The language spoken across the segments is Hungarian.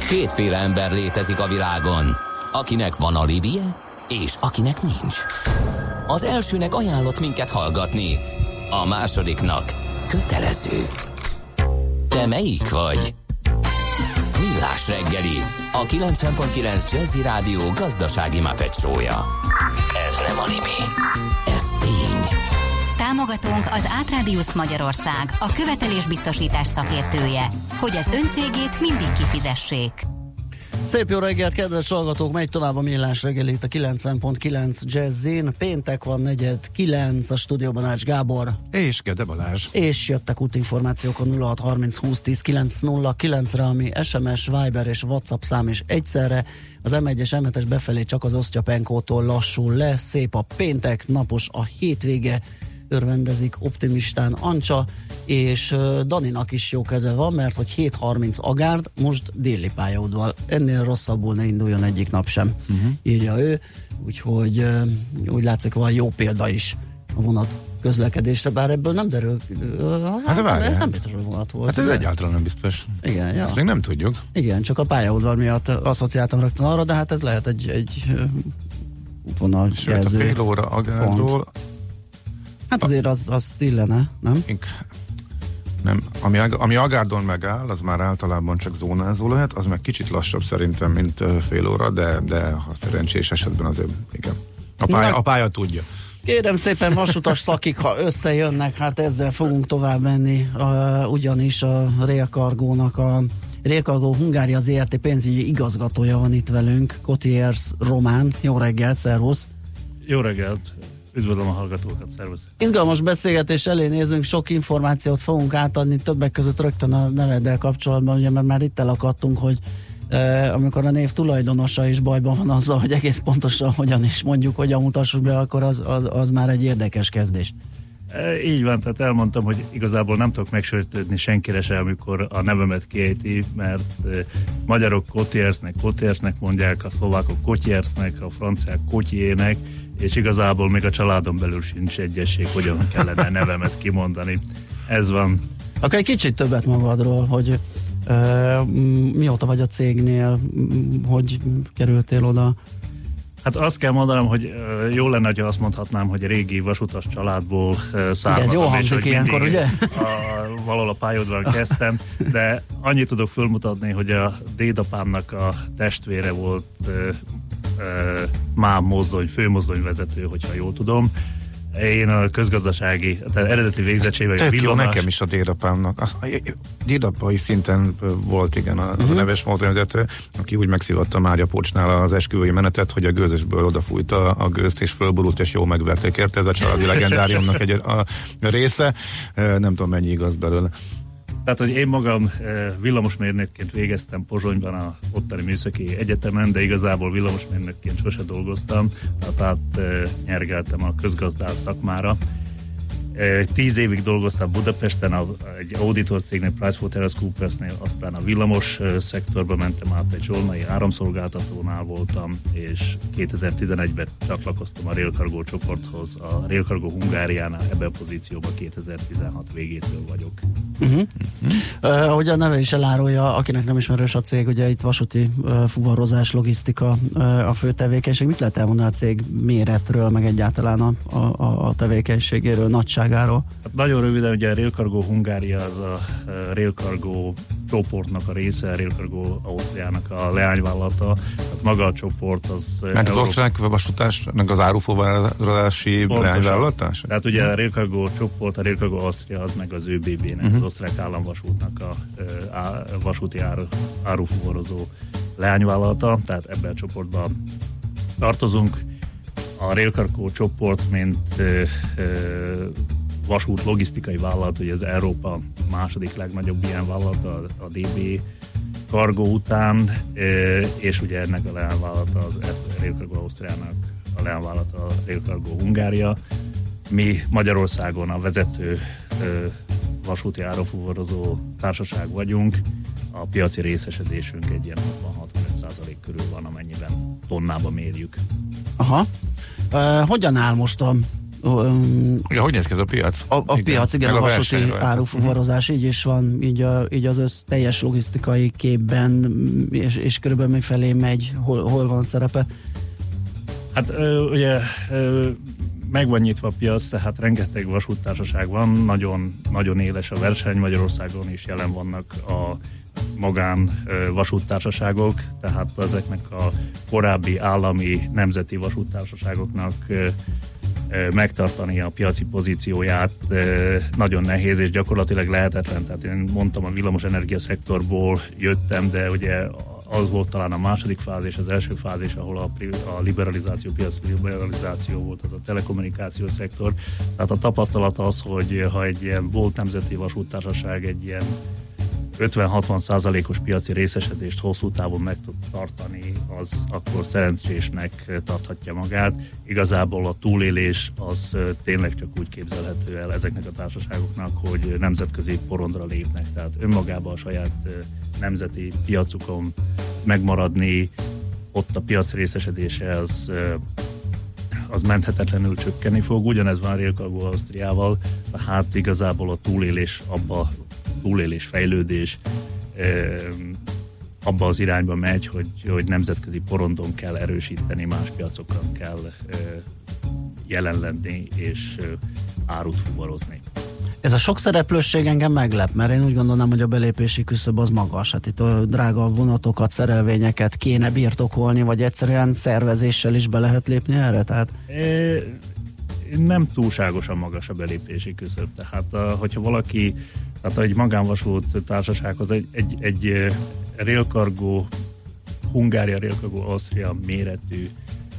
Kétféle ember létezik a világon, akinek van alibije, és akinek nincs. Az elsőnek ajánlott minket hallgatni, a másodiknak kötelező. Te melyik vagy? Millás reggeli, a 90.9 Jazzy Rádió gazdasági Muppet show-ja. Ez nem anime, ez tény. Támogatónk az Átrádiusz Magyarország, a követelésbiztosítás szakértője, hogy az öncégét mindig kifizessék. Szép jó reggelt, kedves hallgatók! Megy tovább a Millás reggeli itt a 90.9 Jazzin. Péntek van, 8:45, a stúdióban Ács Gábor. És Gede Balázs. És jöttek útinformációk a 0630 20 10 909-re, ami SMS, Viber és WhatsApp szám is egyszerre. Az M1-es, M7-es befelé csak az Osztyapenkótól lassul le. Szép a péntek, napos a hétvége. Örvendezik optimistán Ancsa, és Daninak is jó kedve van, mert hogy 7:30 Agárd, most déli pályaudvar. Ennél rosszabbul ne induljon egyik nap sem, írja ő, úgyhogy úgy látszik, van jó példa is a vonat közlekedésre, bár ebből nem derül. Ez nem biztos, hogy vonat volt. Hát ez egyáltalán nem biztos. Igen, ja. Ezt még nem tudjuk. Igen, csak a pályaudvar miatt asszociáltam rögtön arra, de hát ez lehet egy útvonal jelző. A fél óra Agárdról. Hát azért az illene, nem? Nem. Ami Agárdon megáll, az már általában csak zónázó lehet, az meg kicsit lassabb szerintem, mint fél óra, de ha szerencsés esetben azért igen. A pálya tudja. Kérem szépen, vasutas szakik, ha összejönnek, hát ezzel fogunk tovább menni, ugyanis a Rail Cargo-nak a Rail Cargo Hungária ZRT pénzügyi igazgatója van itt velünk, Cotiers Román. Jó reggelt, szervusz! Jó reggelt! Üdvözlöm a hallgatókat, szervusz! Izgalmas beszélgetés elé nézünk, sok információt fogunk átadni, többek között rögtön a neveddel kapcsolatban, ugye, mert már itt elakadtunk, hogy amikor a név tulajdonosa is bajban van azzal, hogy egész pontosan hogyan is mondjuk, hogyan mutassuk be, akkor az már egy érdekes kezdés. Így van, tehát elmondtam, hogy igazából nem tudok megsértődni senkire se, amikor a nevemet kiejti, mert magyarok Cotiersnek mondják, a szlovákok Cotiersnek, a franciák Cotiének, és igazából még a családon belül sincs egyesség, hogyan kellene nevemet kimondani. Ez van. Akkor egy kicsit többet magadról, hogy mióta vagy a cégnél, hogy kerültél oda? Hát azt kell mondanom, hogy jó lenne, ha azt mondhatnám, hogy régi vasutas családból származom. Ez jó hangzik ilyenkor, ugye? Valahol a pályaudvaron kezdtem, de annyit tudok fölmutatni, hogy a dédapámnak a testvére volt főmozdonyvezető, hogyha jól tudom. Én a közgazdasági, tehát eredeti végzettségben tök jó, nekem is a dédapámnak. Dédapai szinten volt, igen, a neves mozdonyvezető, aki úgy megszívatta Mária Pócsnál az esküvői menetet, hogy a gőzösből odafújta a gőzt, és fölborult, és jó megverték érte. Ez a családi legendáriumnak egy része. Nem tudom, mennyi igaz belőle. Tehát, hogy én magam villamosmérnökként végeztem Pozsonyban a ottani műszaki egyetemen, de igazából villamosmérnökként sose dolgoztam, tehát nyergeltem a közgazdász szakmára. 10 évig dolgoztam Budapesten, egy auditor cégnél, PricewaterhouseCoopersnél, aztán a villamos szektorba mentem át, egy zsolnai áramszolgáltatónál voltam, és 2011-ben csatlakoztam a Rail Cargo csoporthoz, a Rail Cargo Hungáriánál, ebben a pozícióban 2016 végétől vagyok. Ahogy a neve is elárulja, akinek nem ismerős a cég, ugye itt vasúti fuvarozás, logisztika a fő tevékenység. Mit lehet elmondani a cég méretről, meg egyáltalán a tevékenységéről, nagyságáról? Hát nagyon röviden, ugye a Rail Cargo Hungária az a Rail Cargo csoportnak a része, a Rail Cargo Ausztriának a leányvállalata. Hát maga a csoport az... Mert az osztrák vasútásnak az árufuvarozási leányvállalata? Tehát ugye a Rail Cargo csoport, a Rail Cargo Austria az meg az ÖBB-nek, az osztrák államvasútnak a vasúti árufuvarozó leányvállalata, tehát ebben a csoportban tartozunk. A Rail Cargo csoport, mint vasút logisztikai vállalat, ugye az Európa második legnagyobb ilyen vállalata, a DB Cargo után, és ugye ennek a leányvállalata az Rail Cargo Ausztriának a leányvállalata a Rail Cargo Hungária. Mi Magyarországon a vezető vasúti árufuvarozó társaság vagyunk, a piaci részesedésünk egy ilyen 60-65% körül van, amennyiben tonnába mérjük. Aha. Hogyan áll most hogy néz ki ez a piac? A piac, igen, a vasúti árufuvarozás így is van, így az teljes logisztikai képben, és körülbelül mi felé megy, hol van szerepe? Hát ugye meg van nyitva a piac, tehát rengeteg vasúttársaság van, nagyon, nagyon éles a verseny, Magyarországon is jelen vannak a magán vasúttársaságok, tehát ezeknek a korábbi állami nemzeti vasúttársaságoknak megtartani a piaci pozícióját nagyon nehéz, és gyakorlatilag lehetetlen. Tehát én mondtam, a villamosenergia szektorból jöttem, de ugye az volt talán a második fázis, az első fázis, ahol a liberalizáció, piaci liberalizáció volt, az a telekommunikációs szektor. Tehát a tapasztalat az, hogy ha egy ilyen volt nemzeti vasúttársaság egy ilyen 50-60%-os piaci részesedést hosszú távon meg tud tartani, az akkor szerencsésnek tarthatja magát. Igazából a túlélés az tényleg csak úgy képzelhető el ezeknek a társaságoknak, hogy nemzetközi porondra lépnek. Tehát önmagában a saját nemzeti piacukon megmaradni, ott a piac részesedése az menthetetlenül csökkenni fog. Ugyanez van Rail Cargo Ausztriával, tehát igazából a túlélés, fejlődés abba az irányba megy, hogy nemzetközi porondon kell erősíteni, más piacokon kell jelen lenni és árut fuvarozni. Ez a sok szereplősség engem meglep, mert én úgy gondolnám, hogy a belépési küszöb az magas. Hát itt a drága vonatokat, szerelvényeket kéne birtokolni, vagy egyszerűen szervezéssel is be lehet lépni erre? Tehát... Nem túlságosan magas a belépési küszöb. Tehát hogyha valaki, tehát egy magánvasút társasághoz egy Rail Cargo, Hungária Rail Cargo Ausztria méretű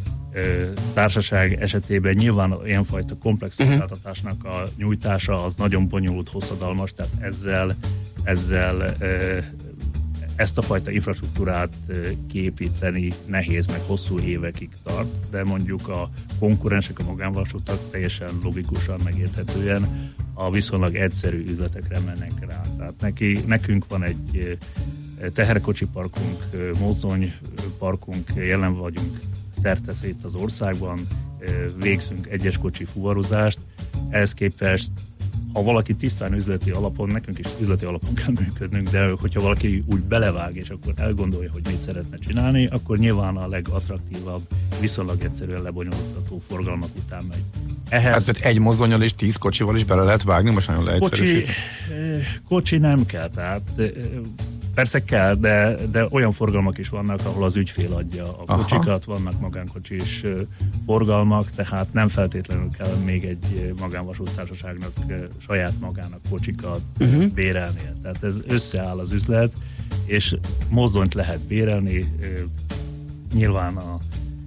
társaság esetében nyilván ilyenfajta komplex szolgáltatásnak a nyújtása az nagyon bonyolult, hosszadalmas, tehát ezzel ezt a fajta infrastruktúrát kiépíteni nehéz, meg hosszú évekig tart, de mondjuk a konkurensek, a magánvasutak teljesen logikusan, megérthetően a viszonylag egyszerű üzletekre mennek rá. Tehát nekünk van egy teherkocsi parkunk, mozdony parkunk, jelen vagyunk szerteszét az országban, végzünk egyes kocsi fuvarozást, ehhez képest ha valaki tisztán üzleti alapon, nekünk is üzleti alapon kell működnünk, de hogyha valaki úgy belevág, és akkor elgondolja, hogy mit szeretne csinálni, akkor nyilván a legattraktívabb, viszonylag egyszerűen lebonyolítható forgalmak után megy. Ehhez... Hát egy mozdonnyal és 10 kocsival is bele lehet vágni, most nagyon leegyszerűsíteni. Kocsi nem kell, tehát persze kell, de olyan forgalmak is vannak, ahol az ügyfél adja a kocsikat, vannak magánkocsis forgalmak, tehát nem feltétlenül kell még egy magánvasúttársaságnak saját magának kocsikat bérelnie. Tehát ez összeáll az üzlet, és mozdonyt lehet bérelni, nyilván a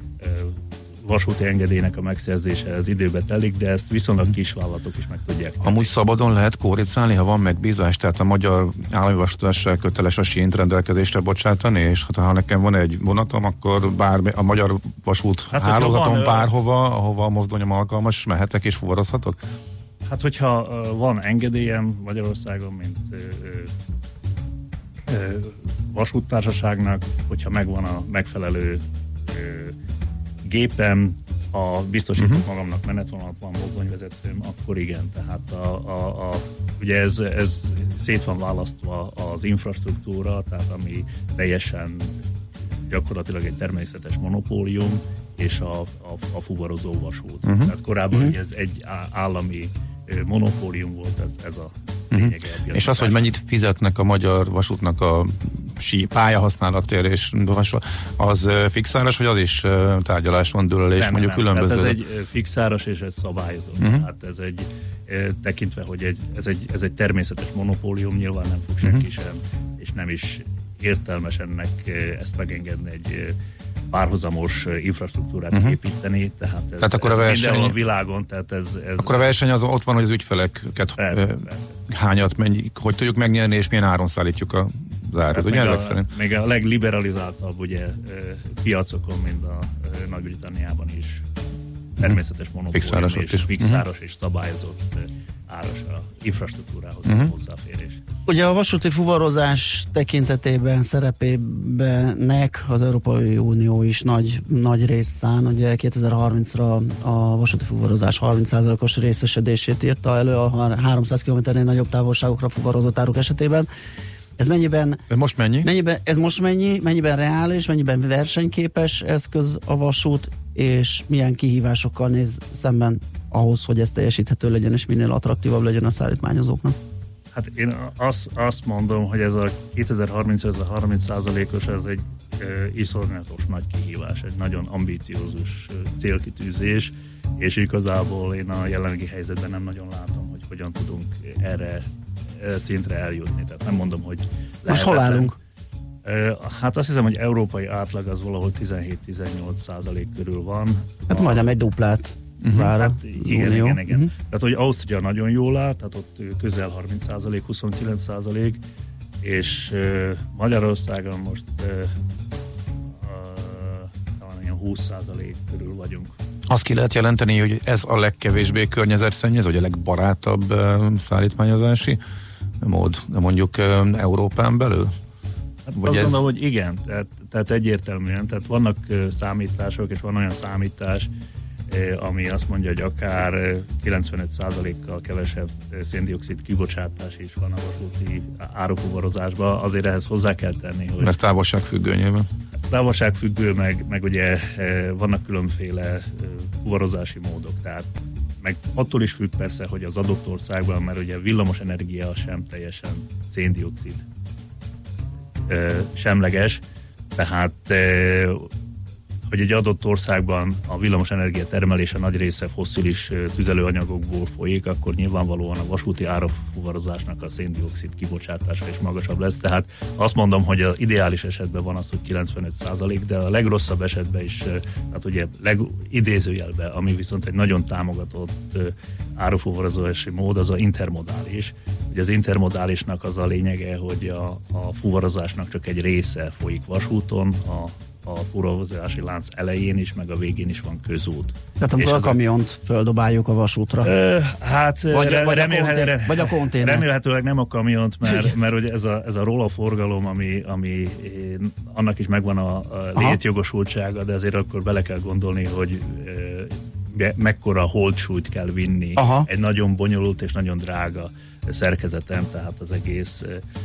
vasúti engedélynek a megszerzése az időbe telik, de ezt viszonylag kisvállalatok is meg tudják tenni. Amúgy szabadon lehet kóricálni, ha van megbízás, tehát a magyar állami vasútársaság köteles a sínt rendelkezésre bocsátani, és ha nekem van egy vonatom, akkor a magyar vasút hálózaton bárhova, ahova a mozdonyom alkalmas, mehetek és fuvarozhatok? Hát, hogyha van engedélyem Magyarországon, mint vasúttársaságnak, hogyha megvan a megfelelő gépem, ha biztosítok magamnak menetvonalat, van mozdonyvezetőm, akkor igen. Tehát ugye ez szét van választva az infrastruktúra, tehát ami teljesen gyakorlatilag egy természetes monopólium, és a fuvarozó vasút. Tehát korábban ugye ez egy állami monopólium volt, ez a lényege. És az, hogy mennyit fizetnek a magyar vasútnak a pályahasználatért, és az fixáras, vagy az is tárgyalás van, dőlelés, mondjuk különböző? Tehát ez egy fixáras és egy szabályozó. Tehát ez egy tekintve, hogy ez egy természetes monopólium, nyilván nem fog senki sem, és nem is értelmes ennek ezt megengedni egy párhuzamos infrastruktúrát építeni, tehát akkor a verseny, mindenhol a világon, tehát ez... Akkor a verseny az ott van, hogy az ügyfeleket hányat, hogy tudjuk megnyerni, és milyen áron szállítjuk az árut, ugye ezek szerint? Még a legliberalizáltabb ugye piacokon, mint a Nagy-Britanniában is természetes monopólium és fixáros és szabályozott áras a infrastruktúrához hozzáférés. Ugye a vasúti fuvarozás tekintetében szerepébenek az Európai Unió is nagy részt szán. Ugye 2030-ra a vasúti fuvarozás 30%-os részesedését írta elő a 300 km-nél nagyobb távolságokra fuvarozott áruk esetében. Ez mennyiben... Most mennyi? Ez most mennyiben reális, mennyiben versenyképes eszköz a vasút, és milyen kihívásokkal néz szemben ahhoz, hogy ez teljesíthető legyen, és minél attraktívabb legyen a szállítmányozóknak? Hát én azt mondom, hogy ez a 2030, ez a 30%-os, ez egy iszonyatos nagy kihívás, egy nagyon ambíciózus célkitűzés, és igazából én a jelenlegi helyzetben nem nagyon látom, hogy hogyan tudunk erre szintre eljutni. Tehát nem mondom, hogy lehetetlen. Most hol állunk? Hát azt hiszem, hogy európai átlag az valahol 17-18% körül van. Hát majdnem egy duplát vár hát igen. Tehát, hogy Ausztria nagyon jól áll, tehát ott közel 30%, 29%, és Magyarországon most talán ilyen 20% körül vagyunk. Azt ki lehet jelenteni, hogy ez a legkevésbé környezetszennyező, vagy a legbarátabb szállítmányozási mód, mondjuk Európán belül? Hát azt gondolom, hogy igen, tehát egyértelműen, tehát vannak számítások, és van olyan számítás, ami azt mondja, hogy akár 95%-kal kevesebb széndioxid kibocsátás is van a vasúti árufuvarozásban, azért ehhez hozzá kell tenni, hogy... Ez távolságfüggő nyilván. Távolságfüggő, meg ugye vannak különféle fuvarozási módok, tehát meg attól is függ persze, hogy az adott országban, mert ugye villamos energia sem teljesen széndioxid semleges, tehát hogy egy adott országban a villamosenergia termelése nagy része fosszilis tüzelőanyagokból folyik, akkor nyilvánvalóan a vasúti árafuvarozásnak a széndioxid kibocsátása is magasabb lesz. Tehát azt mondom, hogy az ideális esetben van az, hogy 95%, de a legrosszabb esetben is, tehát ugye idézőjelben, ami viszont egy nagyon támogatott árufuvarozási mód, az a intermodális. Ugye az intermodálisnak az a lényege, hogy a fuvarozásnak csak egy része folyik vasúton, a fuvarozási lánc elején is, meg a végén is van közút. Tehát amikor a kamiont földobáljuk a vasútra? Vagy a konténer. Remélhetőleg nem a kamiont, mert ugye ez a róla forgalom, ami annak is megvan a létjogosultsága, de azért akkor bele kell gondolni, hogy mekkora holdsúlyt kell vinni. Egy nagyon bonyolult és nagyon drága szerkezeten, tehát az egész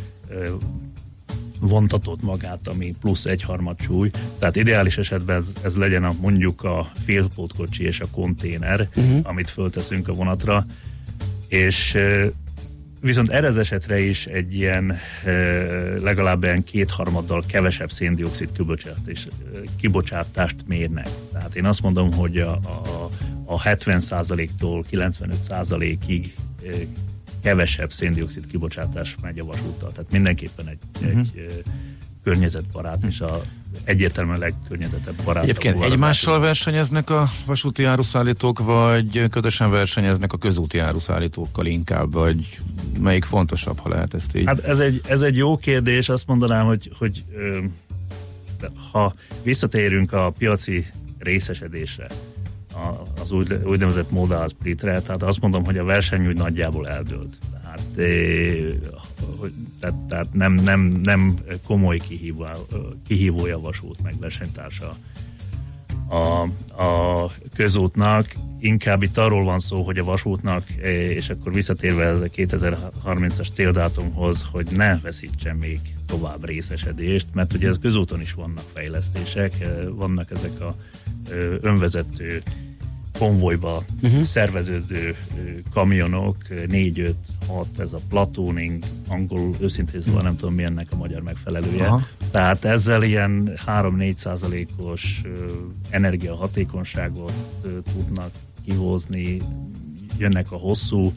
vontatott magát, ami plusz 1/3 súly. Tehát ideális esetben ez legyen mondjuk a félpótkocsi és a konténer, amit fölteszünk a vonatra, és viszont erre az esetre is egy ilyen legalább ilyen 2/3 kevesebb széndioxid kibocsátást mérnek. Tehát én azt mondom, hogy a 70%-tól 95%-ig kevesebb széndioxid kibocsátás megy a vasúttal. Tehát mindenképpen egy környezetbarát, és egyértelműen legkörnyezetebb barát. Egyébként egymással versenyeznek a vasúti áruszállítók, vagy közösen versenyeznek a közúti áruszállítókkal inkább, vagy melyik fontosabb, ha lehet ezt így? Hát ez egy jó kérdés, azt mondanám, hogy ha visszatérünk a piaci részesedésre, az úgynevezett modal splitre, tehát azt mondom, hogy a verseny úgy nagyjából eldőlt. Tehát nem komoly kihívója vasút, meg versenytársa a közútnak. Inkább itt arról van szó, hogy a vasútnak, és akkor visszatérve ez a 2030-as céldátumhoz, hogy ne veszítsen még tovább részesedést, mert ugye ez közúton is vannak fejlesztések, vannak ezek a önvezető konvojba szerveződő kamionok, 4-5-6, ez a platooning, angolul őszintén szóval nem tudom mi ennek a magyar megfelelője. Tehát ezzel ilyen 3-4%-os energiahatékonyságot tudnak kihozni, jönnek a hosszú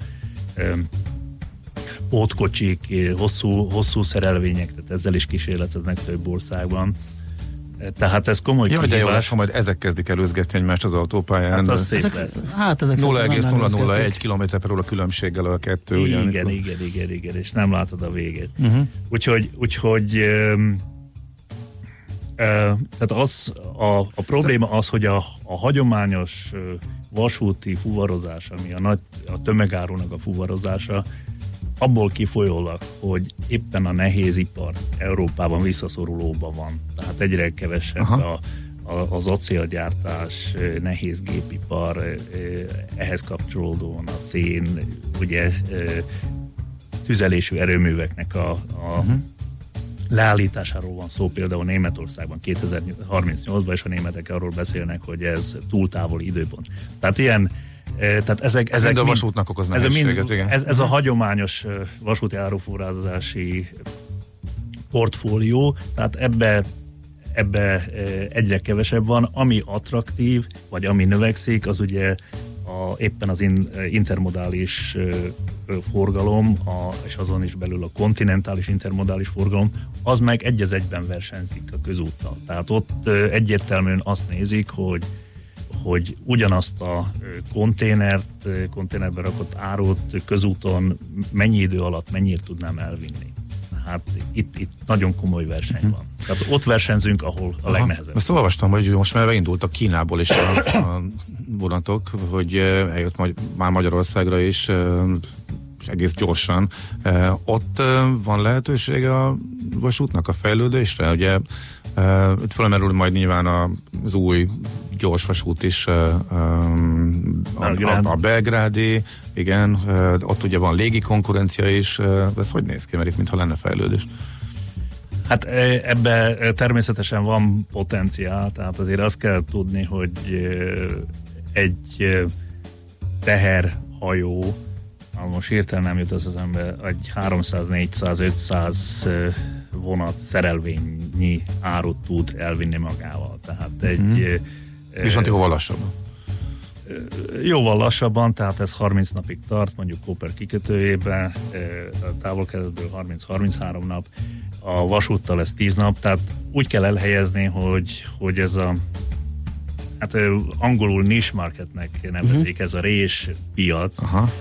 pótkocsik, hosszú szerelvények, tehát ezzel is kísérleteznek több országban. Tehát ez komoly kihívás. De jó lesz, ha majd ezek kezdik előzgetni egymást az autópályán. Hát az szép lesz. Hát ezek 0,001 km/h különbséggel a kettő. Igen, és nem látod a végét. Úgyhogy Tehát a probléma az, hogy a hagyományos vasúti fuvarozás, ami a tömegárunak a fuvarozása, abból kifolyólag, hogy éppen a nehézipar Európában visszaszorulóban van. Tehát egyre kevesebb az acélgyártás, nehéz gépipar, ehhez kapcsolódóan a szén, ugye tüzelésű erőműveknek a leállításáról van szó, például Németországban 2038-ban, és a németek arról beszélnek, hogy ez túl távoli időpont. Tehát ezek mind a vasútnak okoz nehézséget, igen. Ez a hagyományos vasúti árufuvarozási portfólió, tehát ebbe egyre kevesebb van. Ami attraktív, vagy ami növekszik, az ugye éppen az intermodális forgalom, és azon is belül a kontinentális intermodális forgalom, az meg egy az egyben versenyzik a közúttal. Tehát ott egyértelműen azt nézik, hogy ugyanazt a konténerbe rakott árut közúton mennyi idő alatt mennyire tudnám elvinni. Hát itt nagyon komoly verseny van. Tehát ott versenyzünk, ahol a legnehezebb. Azt olvastam, hogy most már beindultak Kínából is a vonatok, hogy eljött már Magyarországra is, és egész gyorsan. Ott van lehetősége a vasútnak a fejlődésre? Ugye itt felmerül majd nyilván az új gyorsvasút is, a belgrádi, igen, ott ugye van légi konkurencia is, ez hogy néz ki, mert itt mintha lenne fejlődés? Hát ebbe természetesen van potenciál, tehát azért azt kell tudni, hogy egy teherhajó, most hirtelen nem jut az eszembe, egy 300-400-500 vonat szerelvényi árut tud elvinni magával. Tehát egy... Viszont jóval lassabban. Jóval lassabban, tehát ez 30 napig tart, mondjuk Koper kikötőjében, távol-keletből 30-33 nap, a vasúttal ez 10 nap, tehát úgy kell elhelyezni, hogy ez a hát angolul niche marketnek nevezik, ez a rés piac,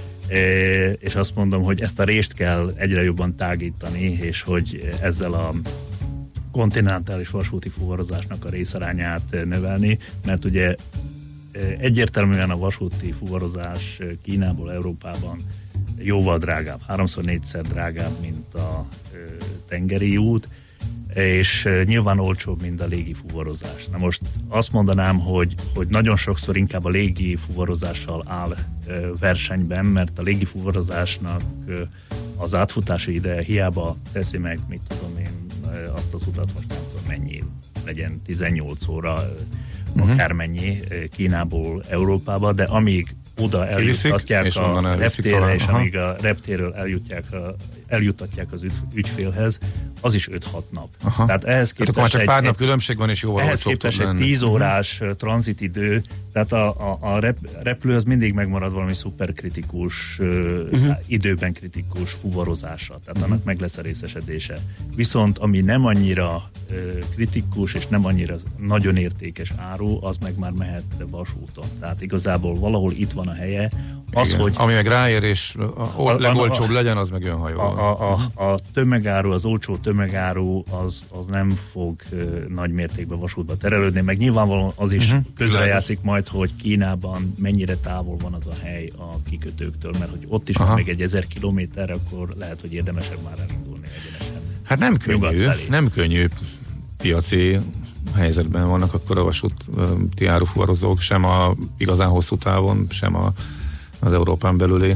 és azt mondom, hogy ezt a rést kell egyre jobban tágítani, és hogy ezzel a kontinentális vasúti fuvarozásnak a részarányát növelni, mert ugye egyértelműen a vasúti fuvarozás Kínából Európában jóval drágább, 3-4-szer drágább, mint a tengeri út, és nyilván olcsóbb, mint a légi fuvarozás. Na most azt mondanám, hogy nagyon sokszor inkább a légi fuvarozással áll versenyben, mert a légi fuvarozásnak az átfutási ideje hiába teszi meg, mit tudom én, azt az utat, most nem tudom mennyi, legyen 18 óra, akármennyi Kínából Európába, de amíg oda eljuttatják a reptérre, és amíg a reptérről eljuttatják az ügyfélhez, az is 5-6 nap. Tehát ehhez képest akkor csak pár nap különbség van, és jóval ehhez képest egy 10 órás tranzitidő, tehát a repülő az mindig megmarad valami szuperkritikus, időben kritikus fuvarozása, tehát annak meg lesz a részesedése. Viszont ami nem annyira kritikus, és nem annyira nagyon értékes áru, az meg már mehet vasúton. Tehát igazából valahol itt van a helye. Az, hogy ami meg ráér, és legolcsóbb legyen, az meg önhajó. A tömegáru, az olcsó tömegáru, az nem fog nagy mértékben vasútba terelődni, meg nyilvánvalóan az is közrejátszik majd, hogy Kínában mennyire távol van az a hely a kikötőktől, mert hogy ott is van még egy 1000 kilométer, akkor lehet, hogy érdemesebb már elindulni egyenesen. Hát nem könnyű piaci helyzetben vannak akkor a vasúti árufuvarozók, sem a igazán hosszú távon, sem az Európán belüli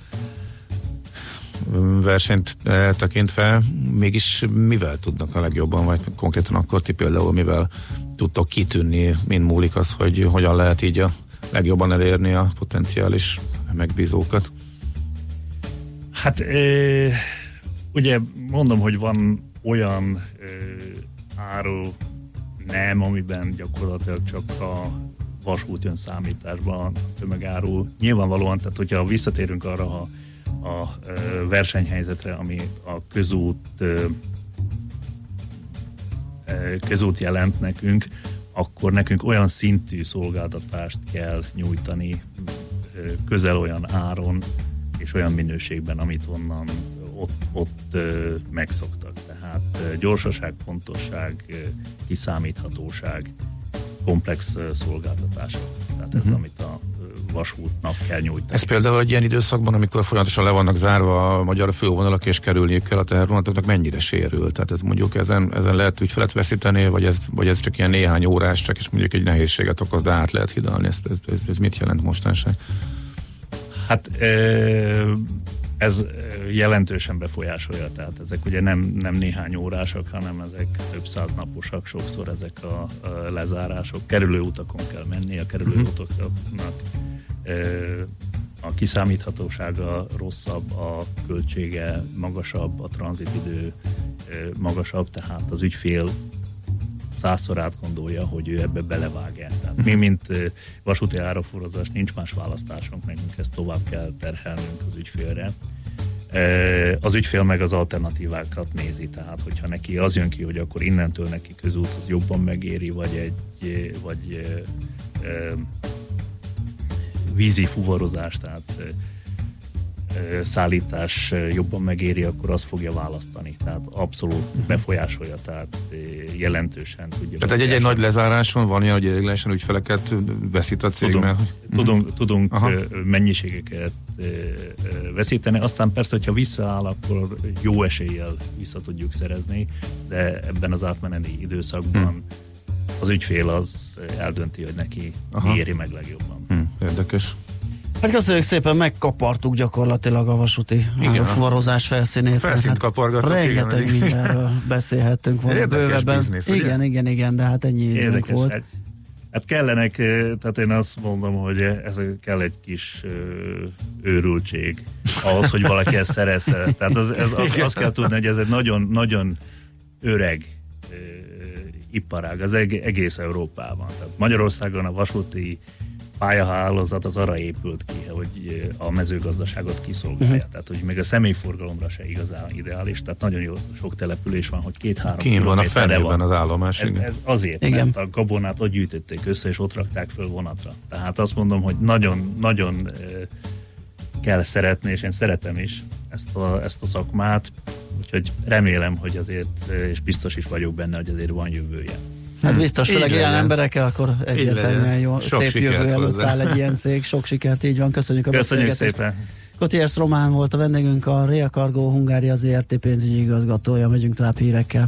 versenyt tekintve. Mégis mivel tudnak a legjobban, vagy konkrétan akkor ti például mivel tudtok kitűnni, mint múlik az, hogy hogyan lehet így a legjobban elérni a potenciális megbízókat? Hát ugye mondom, hogy van olyan áru nem, amiben gyakorlatilag csak a vasút jön számításba, a tömegáru. Nyilvánvalóan, tehát hogyha visszatérünk arra a versenyhelyzetre, ami a közút jelent nekünk, akkor nekünk olyan szintű szolgáltatást kell nyújtani közel olyan áron és olyan minőségben, amit onnan ott megszoktak. Tehát Tehát gyorsaság, pontosság, kiszámíthatóság, komplex szolgáltatások. Tehát ez, amit a vasútnak kell nyújtani. Ez például egy ilyen időszakban, amikor folyamatosan le vannak zárva a magyar fővonalak, és kerülniük kell a tehervonatoknak, mennyire sérül? Tehát ez mondjuk ezen lehet ügyfelet veszíteni, vagy ez csak ilyen néhány órás, csak és mondjuk egy nehézséget okoz, de át lehet hidalni. Ez mit jelent mostanság? Hát ez jelentősen befolyásolja, tehát ezek ugye nem néhány órások, hanem ezek több száznaposak, sokszor ezek a lezárások. Kerülőutakon kell menni, a kerülőutaknak a kiszámíthatósága rosszabb, a költsége magasabb, a tranzitidő magasabb, tehát az ügyfél 100-szor átgondolja, hogy ő ebbe belevág-e. Tehát mi, mint vasúti áraforozás, nincs más választásunk, nekünk ezt tovább kell terhelnünk az ügyfélre. Az ügyfél meg az alternatívákat nézi, tehát hogyha neki az jön ki, hogy akkor innentől neki közút az jobban megéri, vagy vízi fuvarozás, tehát szállítás jobban megéri, akkor azt fogja választani. Tehát abszolút befolyásolja, tehát jelentősen tudja. Tehát egy nagy lezáráson van ilyen, hogy ideiglenesen ügyfeleket veszít a cég, Tudunk mennyiségeket veszíteni. Aztán persze, hogyha visszaáll, akkor jó eséllyel vissza tudjuk szerezni, de ebben az átmeneti időszakban az ügyfél az eldönti, hogy neki mi éri meg legjobban. Érdekes. Hát köszönjük szépen, megkapartuk gyakorlatilag a vasúti fuvarozás felszínét. Felszínt kapargattuk. Rengeteg mindenről beszélhettünk volna bővebben. Igen, de hát ennyi időnk volt. Hát kellenek, tehát én azt mondom, hogy ez kell egy kis őrültség ahhoz, hogy valaki ezt szerezze. Tehát azt kell tudni, hogy ez egy nagyon öreg iparág az egész Európában. Tehát Magyarországon a vasúti pályahálózat az arra épült ki, hogy a mezőgazdaságot kiszolgálja. Tehát, hogy még a személyforgalomra se igazán ideális, tehát nagyon jó sok település van, hogy 2-3 kilométerre van az állomás. Ez azért, mert a gabonát ott gyűjtötték össze, és ott rakták föl vonatra. Tehát azt mondom, hogy nagyon kell szeretni, és én szeretem is ezt a szakmát, úgyhogy remélem, hogy azért, és biztos is vagyok benne, hogy azért van jövője. Hát biztos, főleg ilyen emberekkel, akkor egyértelműen jó, szép jövő előtt áll egy ilyen cég. Sok sikert, így van. Köszönjük a beszélgetést. Szépen. Kottyers Román volt a vendégünk, a Rea Cargo Hungária ZRT pénzügyi igazgatója. Megyünk tovább hírekkel.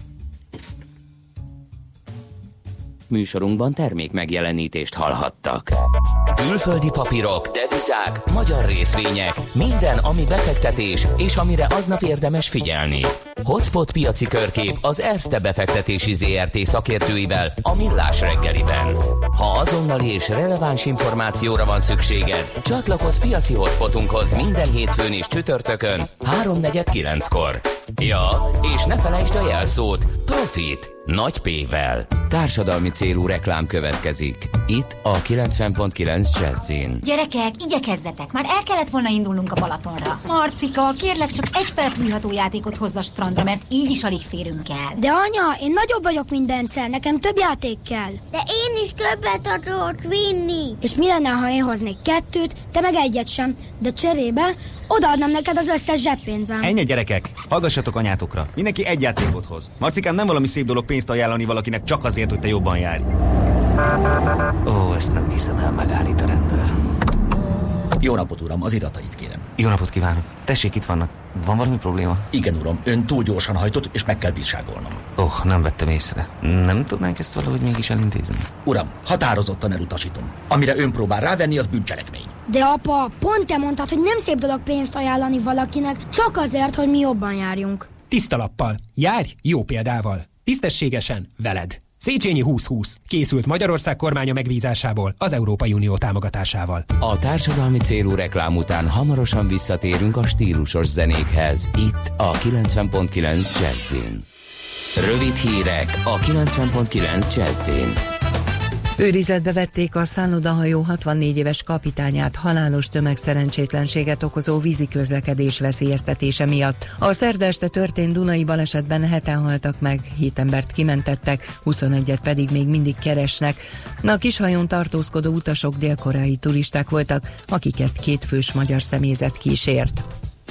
Műsorunkban termék megjelenítést hallhattak. Külföldi papírok, devizák, magyar részvények, minden, ami befektetés, és amire aznap érdemes figyelni. Hotspot piaci körkép az Erste befektetési ZRT szakértőivel a Millás reggeliben. Ha azonnali és releváns információra van szükséged, csatlakozz piaci hotspotunkhoz minden hétfőn és csütörtökön 3:49-kor. Ja, és ne felejtsd a jelszót, Profit, nagy P-vel. Társadalmi célú reklám következik. Itt a 90.9 Jazzin. Gyerekek, igyekezzetek, már el kellett volna indulnunk a Balatonra. Marcika, kérlek, csak egy felfújható játékot hozz a strandra, mert így is alig férünk el. De anya, én nagyobb vagyok, mint Bence, nekem több játék kell. De én is többet akarok vinni. És mi lenne, ha én hoznék 2, te meg 1 sem, de cserébe odaadnám neked az összes zseppénzem. Ennyi, gyerekek, hallgassatok anyátokra. Mindenki egy játékot hoz. Marcikám, nem valami szép dolog pénzt ajánlani valakinek csak azért, hogy te jobban járj. Ó, ezt nem hiszem el, megállít a rendőr. Jó napot, uram, az iratait kérem. Jó napot kívánok. Tessék, itt vannak. Van valami probléma? Igen, uram, ön túl gyorsan hajtott, és meg kell bírságolnom. Nem vettem észre. Nem tudnánk ezt valahogy mégis elintézni? Uram, határozottan elutasítom. Amire ön próbál rávenni, az bűncselekmény. De apa, pont te mondtad, hogy nem szép dolog pénzt ajánlani valakinek, csak azért, hogy mi jobban járjunk. Tiszta lappal. Járj jó példával. Tisztességesen veled. Széchenyi 2020 készült Magyarország kormánya megbízásából az Európai Unió támogatásával. A társadalmi célú reklám után hamarosan visszatérünk a stílusos zenékhez. Itt a 90.9 Jazzin. Rövid hírek a 90.9 Jazzin. Őrizetbe vették a szállodahajó 64 éves kapitányát halálos tömegszerencsétlenséget okozó vízi közlekedés veszélyeztetése miatt. A szerda este történt dunai balesetben 7-en haltak meg, 7 embert kimentettek, 21-et pedig még mindig keresnek. A kishajón tartózkodó utasok dél-koreai turisták voltak, akiket 2 fős magyar személyzet kísért.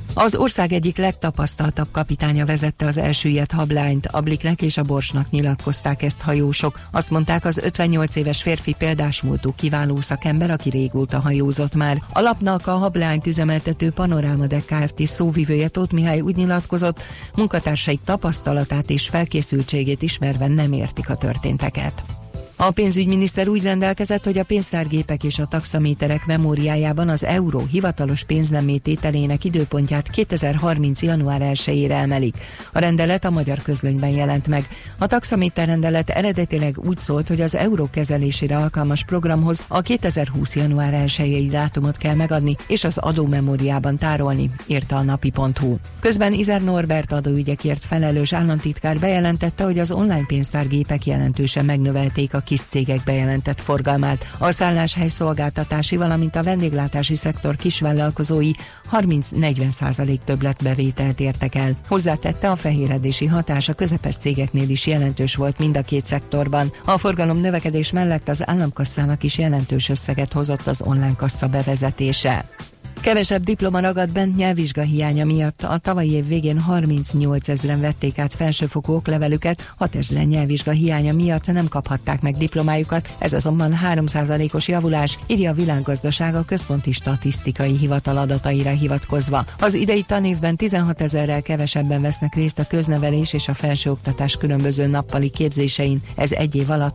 Az ország egyik legtapasztaltabb kapitánya vezette az elsüllyedt hablányt, a Bliknek és a Borsnak nyilatkozták ezt hajósok. Azt mondták, az 58 éves férfi példásmúltú kiváló szakember, aki régóta hajózott már. A lapnak a hablányt üzemeltető Panorama Deck Kft. Szóvivője Tóth Mihály úgy nyilatkozott, munkatársaik tapasztalatát és felkészültségét ismerve nem értik a történteket. A pénzügyminiszter úgy rendelkezett, hogy a pénztárgépek és a taxaméterek memóriájában az euró hivatalos pénznemmé tételének időpontját 2030. január 1-ére emelik. A rendelet a Magyar Közlönyben jelent meg. A taxaméter rendelet eredetileg úgy szólt, hogy az euró kezelésére alkalmas programhoz a 2020. január 1-i dátumot kell megadni, és az adómemóriában tárolni, írta a napi.hu. Közben Izer Norbert adóügyekért felelős államtitkár bejelentette, hogy az online pénztárgépek jelentősen megnövelték a kis cégek bejelentett forgalmát. A szálláshely szolgáltatási, valamint a vendéglátási szektor kisvállalkozói 30-40% többletbevételt értek el. Hozzátette, a fehéredési hatás a közepes cégeknél is jelentős volt mind a két szektorban. A forgalom növekedés mellett az államkasszának is jelentős összeget hozott az online kassa bevezetése. Kevesebb diploma ragadt bent nyelvvizsga hiánya miatt. A tavalyi év végén 38 000-en vették át felsőfokú oklevelüket, 6 000 nyelvvizsga hiánya miatt nem kaphatták meg diplomájukat, ez azonban 3%-os javulás, írja a Világgazdaság a Központi Statisztikai Hivatal adataira hivatkozva. Az idei tanévben 16 000-rel kevesebben vesznek részt a köznevelés és a felsőoktatás különböző nappali képzésein, ez egy év alatt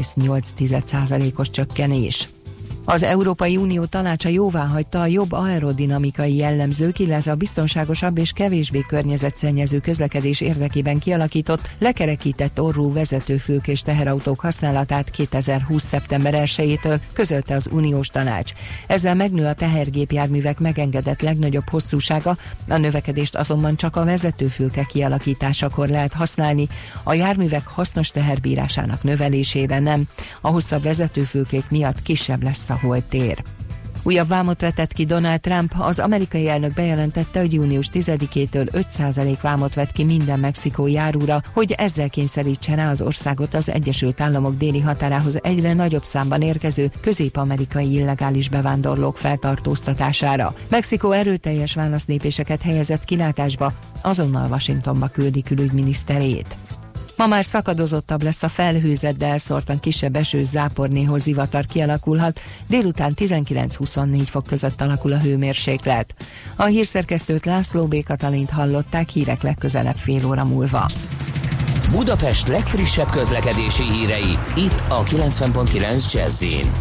0,8%-os csökkenés. Az Európai Unió tanácsa jóváhagyta a jobb aerodinamikai jellemzők, illetve a biztonságosabb és kevésbé környezetszennyező közlekedés érdekében kialakított, lekerekített orrú vezetőfülk és teherautók használatát 2020. szeptember 1-től, közölte az uniós tanács. Ezzel megnő a tehergépjárművek megengedett legnagyobb hosszúsága, a növekedést azonban csak a vezetőfülke kialakításakor lehet használni, a járművek hasznos teherbírásának növelésére nem. A hosszabb vezetőfülkék miatt kisebb lesz a holtér. Újabb vámot vetett ki Donald Trump, az amerikai elnök bejelentette, hogy június 10-től 5% vámot vett ki minden mexikói árura, hogy ezzel kényszerítse rá az országot az Egyesült Államok déli határához egyre nagyobb számban érkező közép-amerikai illegális bevándorlók feltartóztatására. Mexikó erőteljes válasznépéseket helyezett kilátásba, azonnal Washingtonba küldi külügyminiszterét. Ma már szakadozottabb lesz a felhőzet, de elszórtan kisebb esős zápornéhol zivatar kialakulhat, délután 19-24 fok között alakul a hőmérséklet. A hírszerkesztőt, László B. Katalint hallották, hírek legközelebb fél óra múlva. Budapest legfrissebb közlekedési hírei, itt a 90.9 Jazz-in.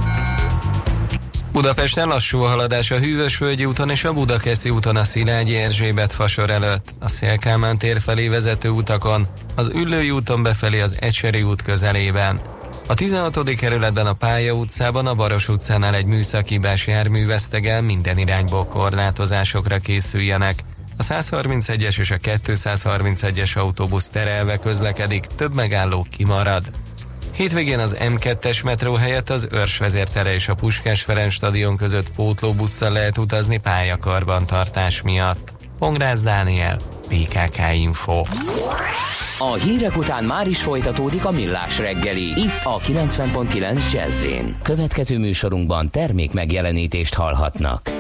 Budapesten lassú a haladás a Hűvösvölgyi úton és a Budakeszi úton a Szilágyi Erzsébet fasor előtt, a Széll-Kálmán tér felé vezető utakon, az Üllői úton befelé az Ecseri út közelében. A 16. kerületben a Pálya utcában a Baros utcánál egy műszakibás jármű vesztegel, minden irányból korlátozásokra készüljenek. A 131-es és a 231-es autóbusz terelve közlekedik, több megálló kimarad. Hétvégén az M2-es metró helyett az Örs vezértere és a Puskás Ferenc stadion között pótlóbusszal lehet utazni pályakarbantartás miatt. Pongrász Dániel, PKK Info. A hírek után már is folytatódik a Millás reggeli, itt a 90.9 Jazz-in. Következő műsorunkban termék megjelenítést hallhatnak.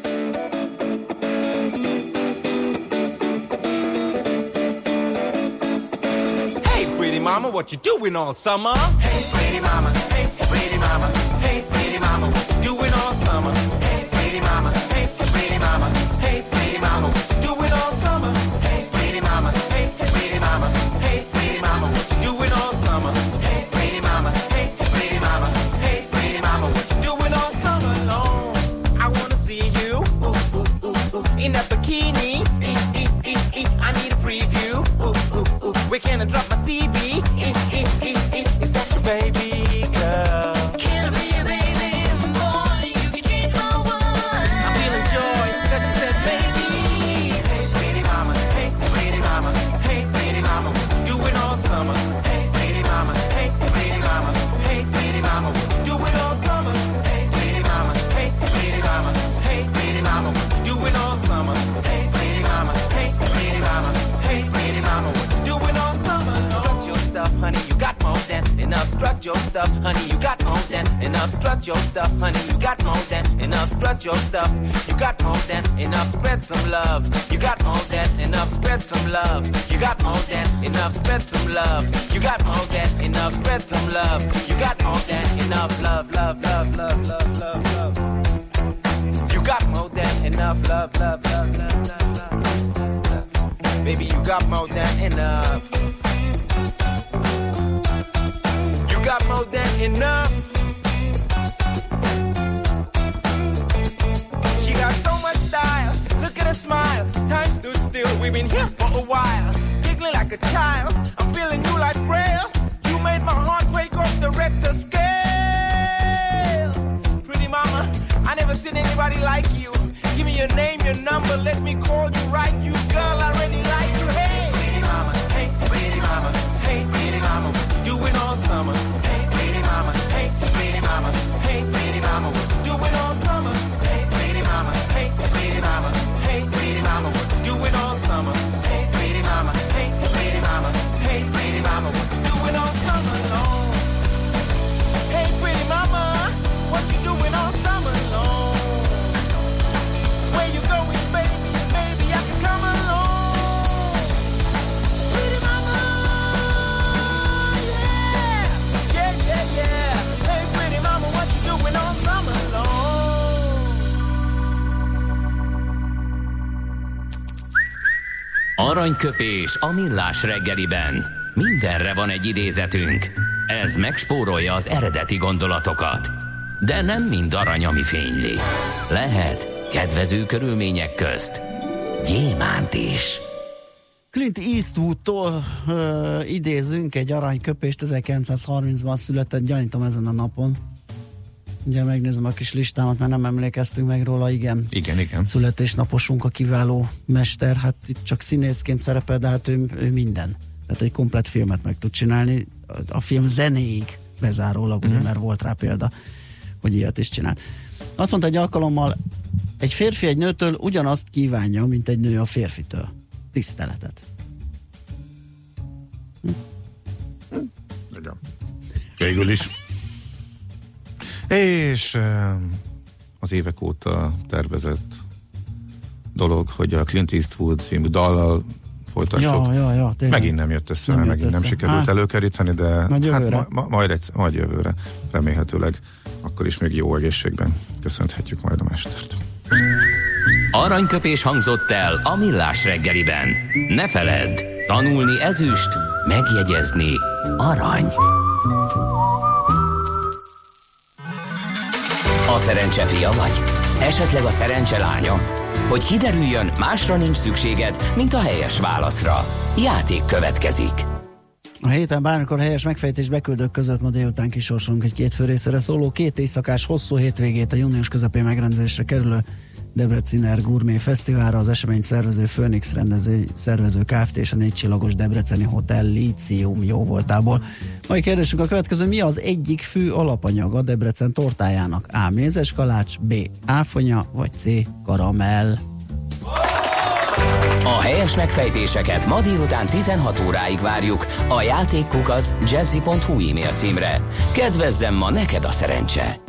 Mama, what you doing all summer? Hey, pretty mama. Hey, pretty mama. Hey, pretty mama. What you doing all summer? Hey, pretty mama. Hey, pretty mama. Hey, pretty mama. What you doing all summer? Hey, pretty mama. Hey, pretty mama. Hey, pretty mama. What you doing all summer? Hey, pretty mama. Hey, pretty mama. Hey, pretty mama. What you doing all summer long? I wanna see you in that bikini. I need a preview. Where can I drop my CV? Is that your baby girl? Can I be a baby boy? You can change my honey, you got more than enough. Strut your stuff, honey, you got more than enough. Strut your stuff, honey, you got more than enough. Strut your stuff, you got more than enough. Spread some love, you got more than enough. Spread some love, you got more than enough. Spread some love, you got more than enough. Spread some love, you got more than enough. Love, love, love, love, love, love, love. You got more than enough. Love, love, love, love, love, love. Baby, you got more than enough. You got more than enough. She got so much style. Look at her smile. Time stood still. We've been here for a while. Giggling like a child. I'm feeling you like Braille. You made my heart break off the Richter scale. Pretty mama, I never seen anybody like you. Give me your name, your number, let me call you right. You girl, I really like you. Hey, pretty mama, hey, pretty mama, hey, pretty mama, what you doing all summer? Hey, pretty mama, hey, pretty mama, hey, pretty mama, what you doing all summer? Hey, pretty mama, hey, pretty mama, hey, pretty mama, what you doing all summer? Hey, pretty mama, hey, pretty mama, hey, pretty mama, what you doing all summer long? Hey, pretty mama, what you doing all summer long? Where you going, baby? Maybe I can come along. Pretty mama, yeah, yeah, yeah, yeah. Hey, pretty mama, what you doing all summer long? Aranyköpés a Millás reggeliben. Mindenre van egy idézetünk. Ez megspórolja az eredeti gondolatokat. De nem mind arany, ami fényli. Lehet kedvező körülmények közt gyémánt is. Clint Eastwoodtól idézünk egy aranyköpést, 1930-ban született, gyanítom ezen a napon. Ugye megnézem a kis listámat, mert nem emlékeztünk meg róla, igen. Igen. Születésnaposunk a kiváló mester, hát itt csak színészként szerepel, de hát ő minden. Tehát egy komplett filmet meg tud csinálni, a film zenéig bezárólag, ugye, mert volt rá példa, hogy ilyet is csinált. Azt mondta egy alkalommal, egy férfi egy nőtől ugyanazt kívánja, mint egy nő a férfitől. Tiszteletet. Igen. Végül is. És az évek óta tervezett dolog, hogy a Clint Eastwood című dallal folytassuk. Ja, megint nem jött össze, megint nem sikerült előkeríteni, de hát majd jövőre remélhetőleg akkor is még jó egészségben köszönhetjük majd a mestert. Aranyköpés hangzott el a Millás reggeliben. Ne feledd, tanulni ezüst, megjegyezni arany. A szerencse fia vagy? Esetleg a szerencse lánya? Hogy kiderüljön, másra nincs szükséged, mint a helyes válaszra. Játék következik. A héten bármikor helyes megfejtés beküldők között ma délután kisorsolunk egy 2 fő részre szóló 2 éjszakás hosszú hétvégét a június közepén megrendezésre kerülő Debreciner Gourmet Fesztiválra. Az eseményt szervező Phoenix szervező Kft. És a 4 csillagos debreceni Hotel Lícium jóvoltából. Mai kérdésünk a következő: mi az egyik fő alapanyaga Debrecen tortájának? A. mézes kalács, B. áfonya, vagy C. karamell? A helyes megfejtéseket ma délután 16 óráig várjuk a játékkukac@jazzy.hu e-mail címre. Kedvezzem ma neked a szerencse!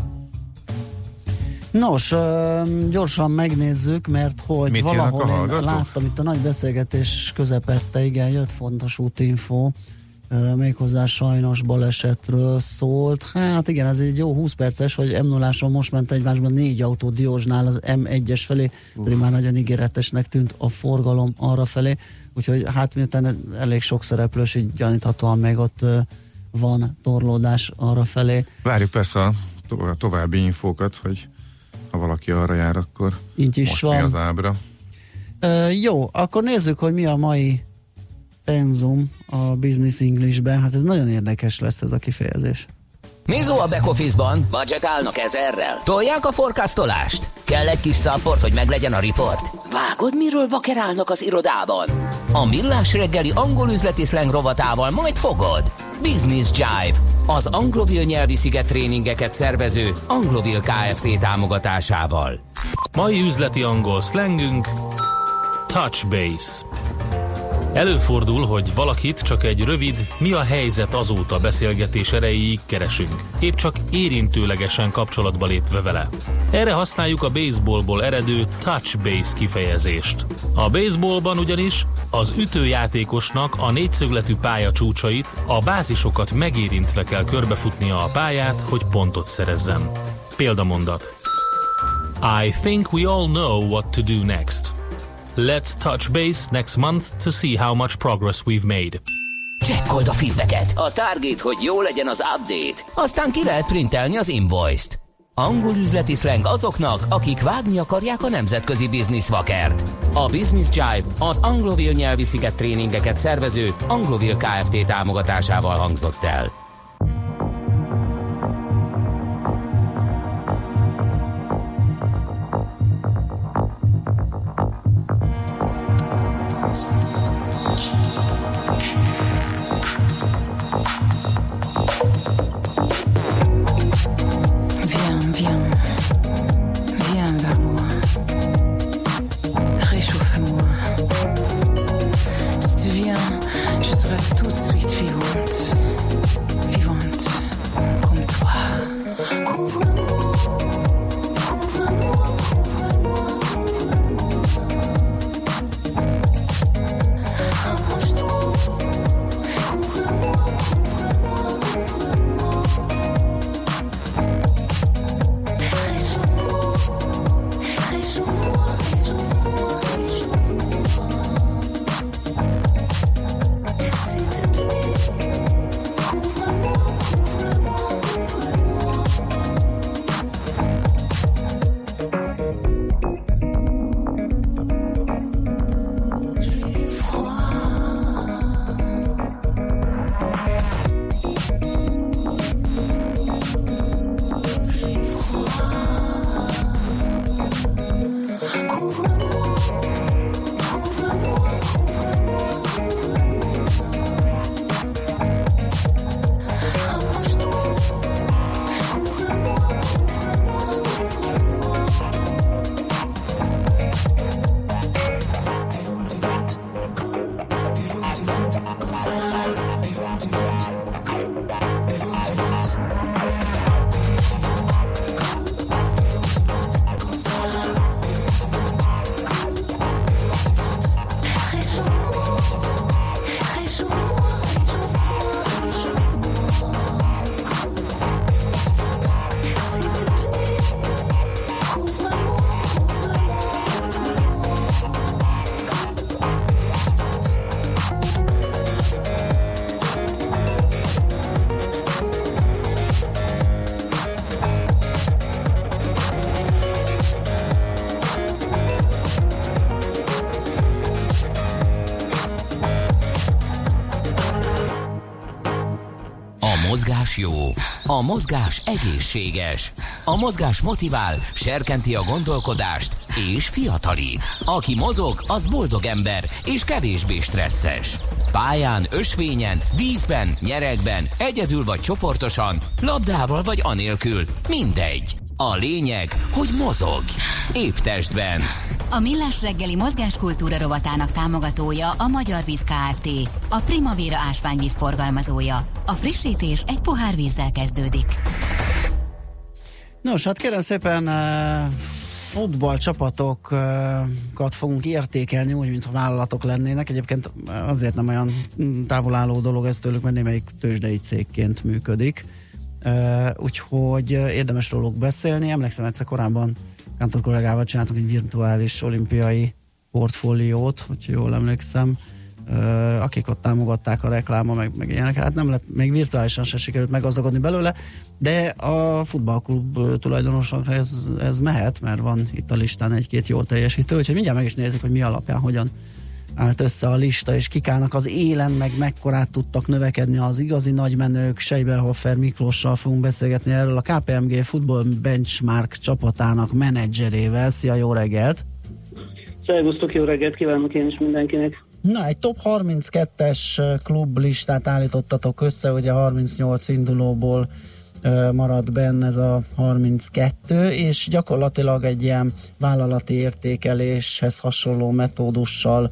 Nos, gyorsan megnézzük, mert hogy mit valahol én láttam itt a nagy beszélgetés közepette, igen, jött fontos útinfo, méghozzá sajnos balesetről szólt. Hát igen, ez egy jó 20 perces, hogy M0-áson most ment egymásban 4 autó Diósnál az M1-es felé, pedig már nagyon ígéretesnek tűnt a forgalom arra felé, úgyhogy hát miután elég sok szereplős, így gyaníthatóan még ott van torlódás arra felé. Várjuk persze a további infókat, hogy ha valaki arra jár, akkor így is most van. Mi az ábra. Jó, akkor nézzük, hogy mi a mai penzum a Business Englishben. Hát ez nagyon érdekes lesz ez a kifejezés. Mizó a back office-ban? Budgetálnak 1000-rel? Tolják a forecastolást? Kell egy kis support, hogy meglegyen a report? Vágod, miről bakerálnak az irodában? A Millás reggeli angol üzleti szleng rovatával majd fogod. Business Jive, az anglovil nyelvi szigettréningeket szervező Anglovil Kft. Támogatásával. Mai üzleti angol szlengünk Touch Base. Előfordul, hogy valakit csak egy rövid mi a helyzet azóta beszélgetés erejéig keresünk, épp csak érintőlegesen kapcsolatba lépve vele. Erre használjuk a baseballból eredő touch base kifejezést. A baseballban ugyanis az ütőjátékosnak a négyszögletű pálya csúcsait, a bázisokat megérintve kell körbefutnia a pályát, hogy pontot szerezzen. Példamondat. I think we all know what to do next. Let's touch base next month to see how much progress we've made. Csekkold a feedbacket, a target, hogy jó legyen az update. Aztán ki lehet printelni az invoice-t. Angol üzleti szleng azoknak, akik vágni akarják a nemzetközi bizniszvakert. A Business Jive az Anglovil nyelvi sziget tréningeket szervező Anglovil Kft. Támogatásával hangzott el. Mozgás jó, a mozgás egészséges, a mozgás motivál, serkenti a gondolkodást és fiatalít. Aki mozog, az boldog ember és kevésbé stresszes. Pályán, ösvényen, vízben, nyeregben, egyedül vagy csoportosan, labdával vagy anélkül, mindegy. A lényeg, hogy mozog. Épp testben. A Millás reggeli mozgáskultúra rovatának támogatója a Magyar Víz Kft. A Primavera ásványvíz forgalmazója. A frissítés egy pohár vízzel kezdődik. Nos, hát kérem szépen, futballcsapatokat fogunk értékelni, úgy, mintha vállalatok lennének. Egyébként azért nem olyan távolálló dolog ez tőlük, mert némelyik tőzsdei cégként működik. Úgyhogy érdemes róluk beszélni. Emlékszem, egyszer korábban Kántor kollégával csináltunk egy virtuális olimpiai portfóliót, hogyha jól emlékszem, akik ott támogatták a rekláma, meg ilyenek. Hát nem lett, még virtuálisan se sikerült meggazdagodni belőle, de a futballklub tulajdonosokra ez mehet, mert van itt a listán egy-két jól teljesítő, úgyhogy mindjárt meg is nézzük, hogy mi alapján hogyan állt össze a lista, és kik állnak az élen, meg mekkorát tudtak növekedni az igazi nagymenők. Seibenhofer Miklóssal fogunk beszélgetni erről, a KPMG Football Benchmark csapatának menedzserével. Szia, jó reggelt! Szervusztok, jó reggelt kívánok én is mindenkinek! Na, egy top 32-es klublistát állítottatok össze, ugye 38 indulóból maradt benne ez a 32, és gyakorlatilag egy ilyen vállalati értékeléshez hasonló metódussal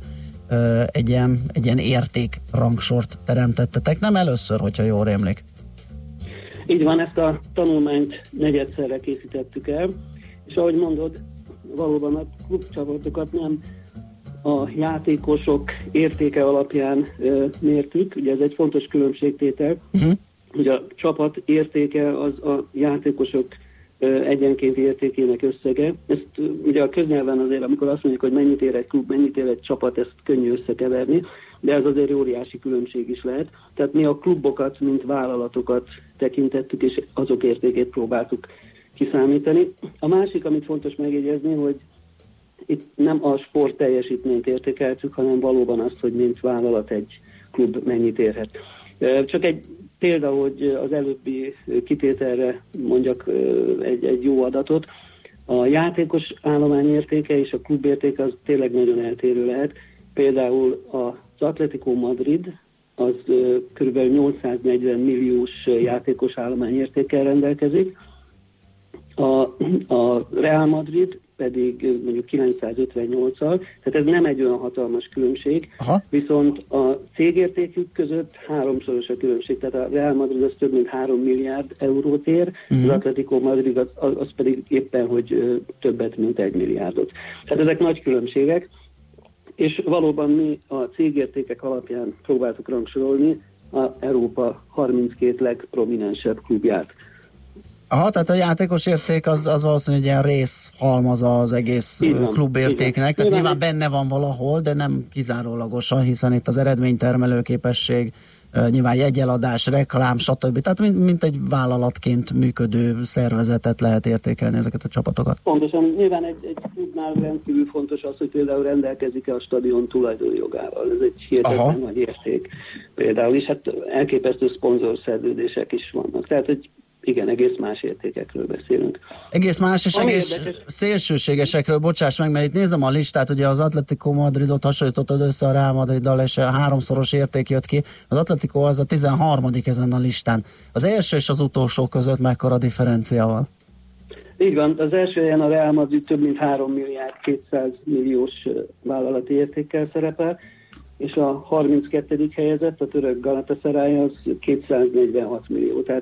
egy ilyen értékrangsort teremtettetek. Nem először, hogyha jól rémlik. Így van, ezt a tanulmányt negyedszerre készítettük el, és ahogy mondod, valóban a klubcsapatokat nem a játékosok értéke alapján mértük, ugye ez egy fontos különbségtétel, hogy a csapat értéke az a játékosok egyenként értékének összege. Ezt ugye a köznyelven azért, amikor azt mondjuk, hogy mennyit ér egy klub, mennyit ér egy csapat, ezt könnyű összekeverni, de ez azért óriási különbség is lehet. Tehát mi a klubokat, mint vállalatokat tekintettük, és azok értékét próbáltuk kiszámítani. A másik, amit fontos megjegyezni, hogy itt nem a sport teljesítményt értékeltük, hanem valóban azt, hogy mint vállalat egy klub mennyit érhet. Csak egy példa, hogy az előbbi kitételre mondjak egy jó adatot. A játékos állomány értéke és a klub értéke az tényleg nagyon eltérő lehet. Például az Atletico Madrid az kb. 840 milliós játékos állomány értékkel rendelkezik. A Real Madrid pedig mondjuk 958-al, tehát ez nem egy olyan hatalmas különbség, viszont a cégértékük között háromszoros a különbség, tehát a Real Madrid az több mint 3 milliárd eurót ér, az Atletico Madrid az pedig éppen, hogy többet, mint 1 milliárdot. Tehát ezek nagy különbségek, és valóban mi a cégértékek alapján próbáltuk rangsorolni a Európa 32 legprominensebb klubját. Aha, tehát a játékos érték az valószínűleg egy ilyen részhalmaz az egész klubértéknek, tehát nyilván benne van valahol, de nem kizárólagosan, hiszen itt az eredménytermelő képesség, nyilván jegyeladás, reklám, stb. Tehát mint egy vállalatként működő szervezetet lehet értékelni ezeket a csapatokat. Pontosan, nyilván egy klubnál rendkívül fontos az, hogy például rendelkezik-e a stadion tulajdonjogával. Ez egy hihetetlen nagy érték például, és hát elképesztő szponzorszerződések is vannak. Tehát egy igen, egész más értékekről beszélünk. Egész más és egész szélsőségesekről, bocsáss meg, mert itt nézem a listát, ugye az Atletico Madridot hasonlítottad össze a Real Madriddal, és a háromszoros érték jött ki. Az Atletico az a 13. ezen a listán. Az első és az utolsó között mekkora differencia van? Így van, az első helyen a Real Madrid több mint 3 milliárd 200 milliós vállalati értékkel szerepel, és a 32. helyezett, a török Galatasaray az 246 millió. Tehát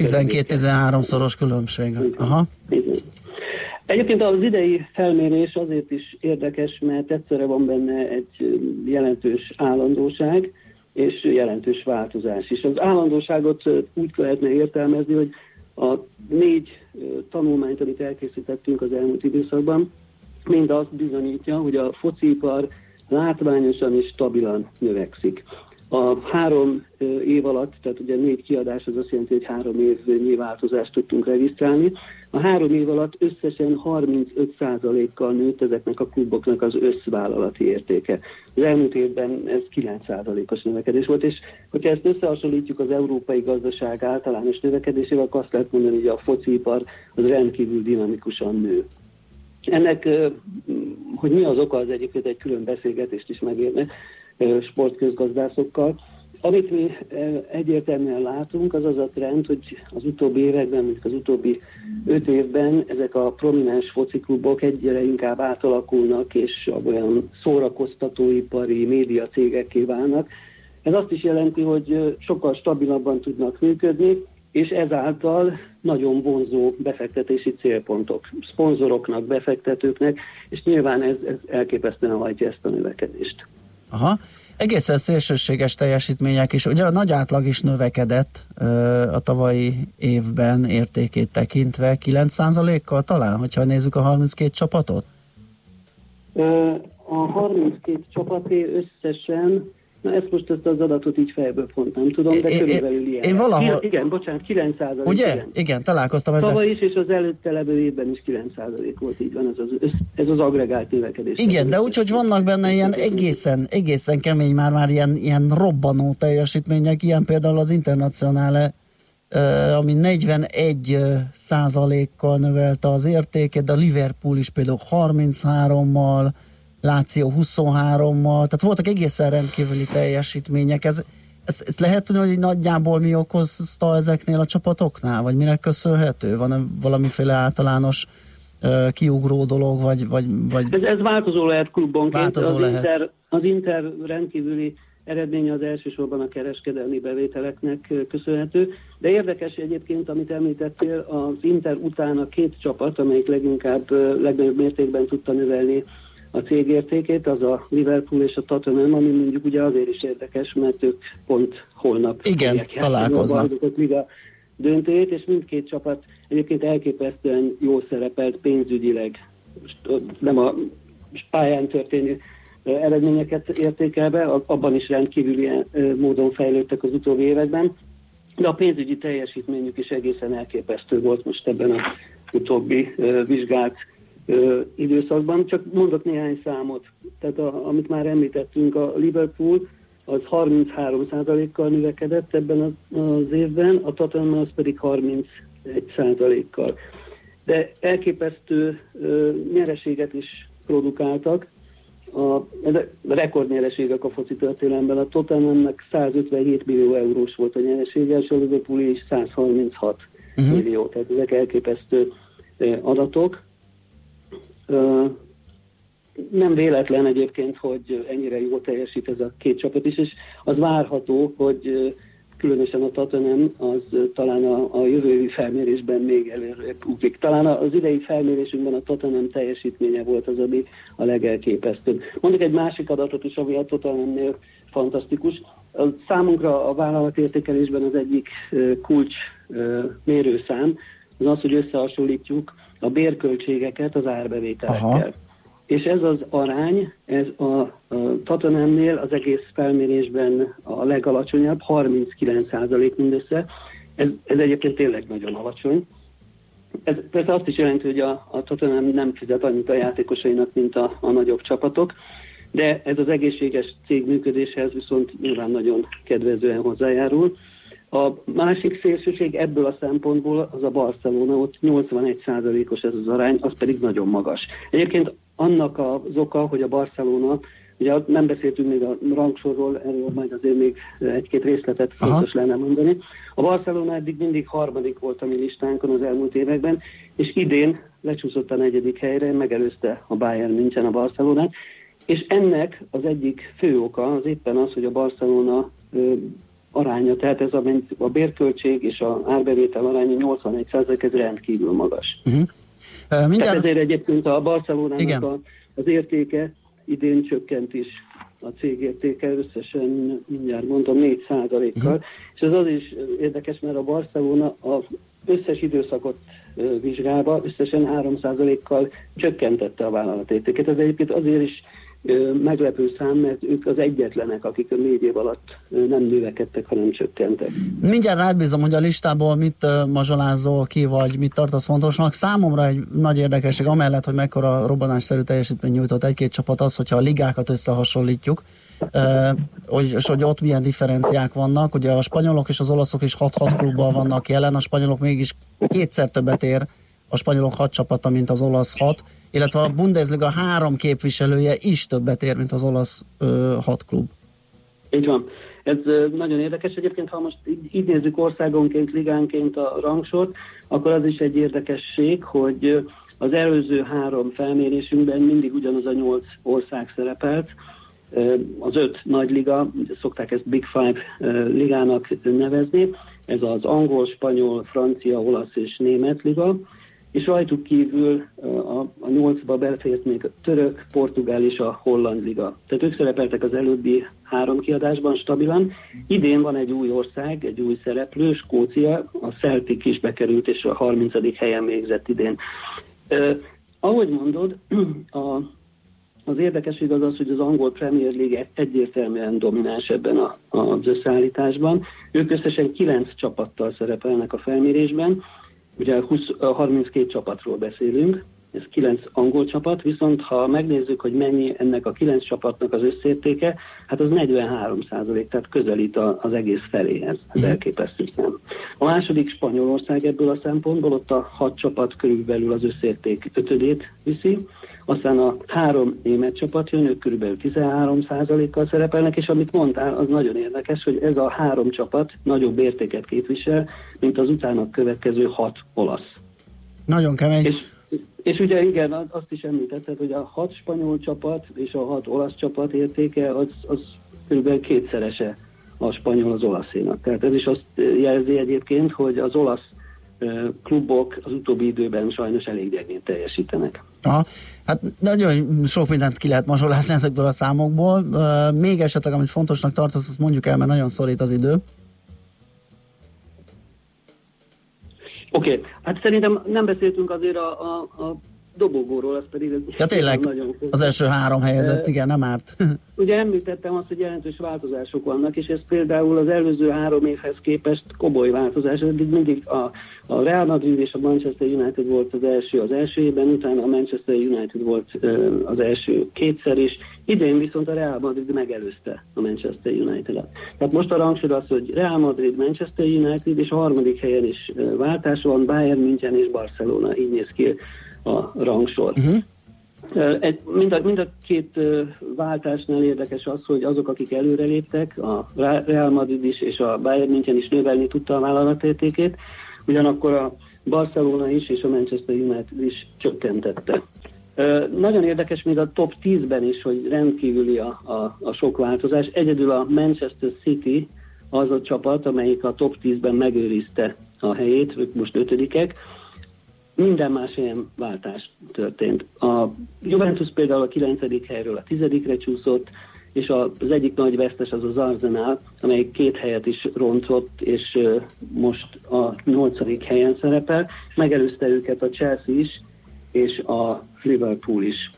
12-13 különbség. Aha. Egyébként az idei felmérés azért is érdekes, mert egyszerre van benne egy jelentős állandóság és jelentős változás is. Az állandóságot úgy lehetne értelmezni, hogy a 4 tanulmányt, amit elkészítettünk az elmúlt időszakban, mind azt bizonyítja, hogy a fociipar látványosan és stabilan növekszik. A 3 év alatt, tehát ugye 4 kiadás, az azt jelenti, hogy 3 évnyi változást tudtunk regisztrálni. A 3 év alatt összesen 35%-kal nőtt ezeknek a kluboknak az összvállalati értéke. Az elmúlt évben ez 9%-os növekedés volt, és hogyha ezt összehasonlítjuk az európai gazdaság általános növekedésével, akkor azt lehet mondani, hogy a fociipar az rendkívül dinamikusan nő. Ennek, hogy mi az oka, az egyébként egy külön beszélgetést is megérne sportközgazdászokkal. Amit mi egyértelműen látunk, az a trend, hogy az utóbbi években, mondjuk az utóbbi 5 évben ezek a prominens fociklubok egyre inkább átalakulnak, és olyan szórakoztatóipari média cégekké válnak. Ez azt is jelenti, hogy sokkal stabilabban tudnak működni, és ezáltal nagyon vonzó befektetési célpontok, szponzoroknak, befektetőknek, és nyilván ez elképesztően hajtja ezt a növekedést. Aha. Egészen szélsőséges teljesítmények is. Ugye a nagy átlag is növekedett a tavalyi évben értékét tekintve, 9%-kal talán, hogyha nézzük a 32 csapatot? A 32 csapaté összesen, na ezt most ezt az adatot így fejből pont nem tudom, de körülbelül ilyen. Én valahol... Igen, bocsánat, 9%. Ugye? Igen, találkoztam ezzel. Tavaly is, és az előtte levő évben is 9% volt, így van, ez az agregált növekedés. Igen, de úgyhogy vannak benne ilyen egészen kemény, már ilyen robbanó teljesítmények, ilyen például az Internazionale, ami 41%-kal növelte az értéket, de a Liverpool is például 33-mal, Lazio 23-mal, tehát voltak egészen rendkívüli teljesítmények. Ez lehet tudni, hogy nagyjából mi okozta ezeknél a csapatoknál, vagy minek köszönhető? Van valamiféle általános kiugró dolog, vagy... Ez változó lehet klubonként. Változó lehet. Inter Az Inter rendkívüli eredménye az elsősorban a kereskedelmi bevételeknek köszönhető, de érdekes egyébként, amit említettél, az Inter után a két csapat, amelyik legnagyobb mértékben tudta növelni a cégértékét, az a Liverpool és a Tottenham, ami mondjuk ugye azért is érdekes, mert ők pont holnap találkoznak. A liga döntőjét, és mindkét csapat egyébként elképesztően jól szerepelt pénzügyileg. Nem a pályán történő eredményeket értékelve, abban is rendkívüli módon fejlődtek az utóbbi években, de a pénzügyi teljesítményük is egészen elképesztő volt most ebben az utóbbi vizsgált időszakban. Csak mondok néhány számot. Tehát amit már említettünk, a Liverpool az 33%-kal növekedett ebben az évben, a Tottenham az pedig 31%-kal. De elképesztő nyereséget is produkáltak. A rekordnyereségek a foci történelemben. A Tottenhamnek 157 millió eurós volt a nyeresége, és a Liverpool is 136 millió. Tehát ezek elképesztő adatok. Nem véletlen egyébként, hogy ennyire jól teljesít ez a két csapat is, és az várható, hogy különösen a Tottenham az talán a jövő évi felmérésben még előre ugrik. Talán az idei felmérésünkben a Tottenham teljesítménye volt az, ami a legelképesztőbb. Mondjuk egy másik adatot is, ami a Tottenhamnél fantasztikus. Számunkra a vállalatértékelésben az egyik kulcs mérőszám az, hogy összehasonlítjuk a bérköltségeket az árbevételekkel. Aha. És ez az arány, ez a Tottenhamnél az egész felmérésben a legalacsonyabb, 39% mindössze. Ez egyébként tényleg nagyon alacsony. Ez persze azt is jelenti, hogy a Tottenham nem fizet annyit a játékosainak, mint a nagyobb csapatok, de ez az egészséges cég működéshez viszont nyilván nagyon kedvezően hozzájárul. A másik szélsőség ebből a szempontból az a Barcelona, ott 81%-os ez az arány, az pedig nagyon magas. Egyébként annak az oka, hogy a Barcelona, ugye nem beszéltünk még a rangsorról, erről majd azért még egy-két részletet fontos lenne mondani. A Barcelona eddig mindig harmadik volt a mi listánkon az elmúlt években, és idén lecsúszott a 4. helyre, megelőzte a Bayern München a Barcelonát, és ennek az egyik fő oka az éppen az, hogy a Barcelona aránya, tehát ez a bérköltség és az árbevétel aránya 81%, ez rendkívül magas. Tehát ezért egyébként a Barcelonának az értéke idén csökkent is, a cég értéke összesen, mindjárt mondom, 4%-kal, és ez az is érdekes, mert a Barcelona az összes időszakot vizsgálva összesen 3%-kal csökkentette a vállalatértéket. Ez egyébként azért is meglepő szám, mert ők az egyetlenek, akik a 4 év alatt nem növekedtek, hanem csökkentek. Mindjárt rátbízom, hogy a listából mit mazsolázol ki, vagy mit tartasz fontosnak. Számomra egy nagy érdekesség, amellett, hogy mekkora robbanásszerű teljesítmény nyújtott egy-két csapat, az, hogyha a ligákat összehasonlítjuk, és hogy ott milyen differenciák vannak. Ugye a spanyolok és az olaszok is 6-6 klubban vannak jelen, a spanyolok mégis kétszer többet ér a spanyolok 6 csapata, mint az olasz 6, illetve a Bundesliga 3 képviselője is többet ér, mint az olasz 6 klub. Így van. Ez nagyon érdekes. Egyébként, ha most így nézzük országonként, ligánként a rangsort, akkor az is egy érdekesség, hogy az előző 3 felmérésünkben mindig ugyanaz a 8 ország szerepelt. Az 5 nagy liga, szokták ezt Big Five ligának nevezni, ez az angol, spanyol, francia, olasz és német liga, és rajtuk kívül a 8-ba belefért még a török, portugál és a holland liga. Tehát ők szerepeltek az előbbi 3 kiadásban stabilan. Idén van egy új ország, egy új szereplő, Skócia, a Celtic is bekerült, és a 30. helyen végzett idén. Ahogy mondod, az érdekesség az, hogy az angol Premier League egyértelműen domináns ebben az összeállításban. Ők összesen 9 csapattal szerepelnek a felmérésben, ugye 32 csapatról beszélünk, ez 9 angol csapat, viszont ha megnézzük, hogy mennyi ennek a 9 csapatnak az összértéke, hát az 43%, tehát közelít az egész feléhez, ez elképesztő szám. A második Spanyolország ebből a szempontból, ott a 6 csapat körülbelül az összérték 5-ét viszi, aztán a 3 német csapat jön, ők körülbelül 13%-kal szerepelnek, és amit mondtál, az nagyon érdekes, hogy ez a 3 csapat nagyobb értéket képvisel, mint az utána következő 6 olasz. Nagyon kemény. És ugye igen, azt is említetted, hogy a 6 spanyol csapat és a 6 olasz csapat értéke az kb. kétszerese a spanyol az olaszénak. Tehát ez is azt jelzi egyébként, hogy az olasz klubok az utóbbi időben sajnos elég gyengén teljesítenek. Aha. Hát nagyon sok mindent ki lehet mazsolászni ezekből a számokból. Még esetleg, amit fontosnak tartasz, azt mondjuk el, mert nagyon szorít az idő. Oké, hát szerintem nem beszéltünk azért a dobogóról, az pedig... Ja tényleg, nagyon az első 3 helyezett, igen, nem árt. Ugye említettem azt, hogy jelentős változások vannak, és ez például az előző 3 évhez képest komoly változás. Mindig a Real Madrid és a Manchester United volt az első évben, utána a Manchester United volt az első kétszer is. Idén viszont a Real Madrid megelőzte a Manchester United-et. Tehát most a rangsor az, hogy Real Madrid, Manchester United, és a 3. helyen is váltás van, Bayern München és Barcelona, így néz ki a rangsor. Mind a két váltásnál érdekes az, hogy azok, akik előreléptek, a Real Madrid is és a Bayern München is növelni tudta a vállalatértékét, ugyanakkor a Barcelona is és a Manchester United is csökkentette. Nagyon érdekes még a top 10-ben is, hogy rendkívüli a sok változás. Egyedül a Manchester City az a csapat, amelyik a top 10-ben megőrizte a helyét, ők most 5-ek. Minden más helyen váltás történt. A Juventus például a 9. helyről a 10-re csúszott, és az egyik nagy vesztes az Arsenal, amely 2 helyet is rontott, és most a 8. helyen szerepel. Megelőzte őket a Chelsea is, és a Liverpool is.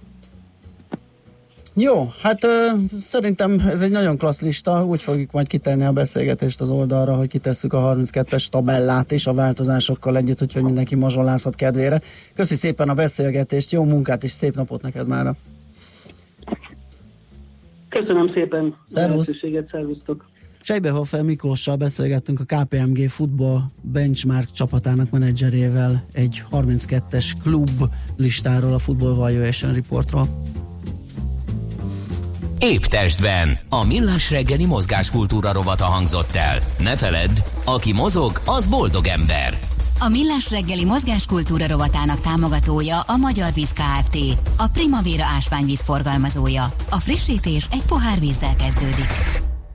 Jó, hát szerintem ez egy nagyon klassz lista, úgy fogjuk majd kitenni a beszélgetést az oldalra, hogy kitesszük a 32-es tabellát és a változásokkal együtt, úgyhogy mindenki mazsolázhat kedvére. Köszi szépen a beszélgetést, jó munkát és szép napot neked mára! Köszönöm szépen! Szervusz! Szervusztok! Sejbehofer Miklóssal beszélgettünk a KPMG Football Benchmark csapatának menedzserével egy 32-es klub listáról, a Football Valuation Reportról. Épp testben a Millás reggeli mozgáskultúra rovata hangzott el. Ne feledd, aki mozog, az boldog ember. A Millás reggeli mozgáskultúra rovatának támogatója a Magyar Víz Kft. A Primavera ásványvíz forgalmazója. A frissítés egy pohár vízzel kezdődik.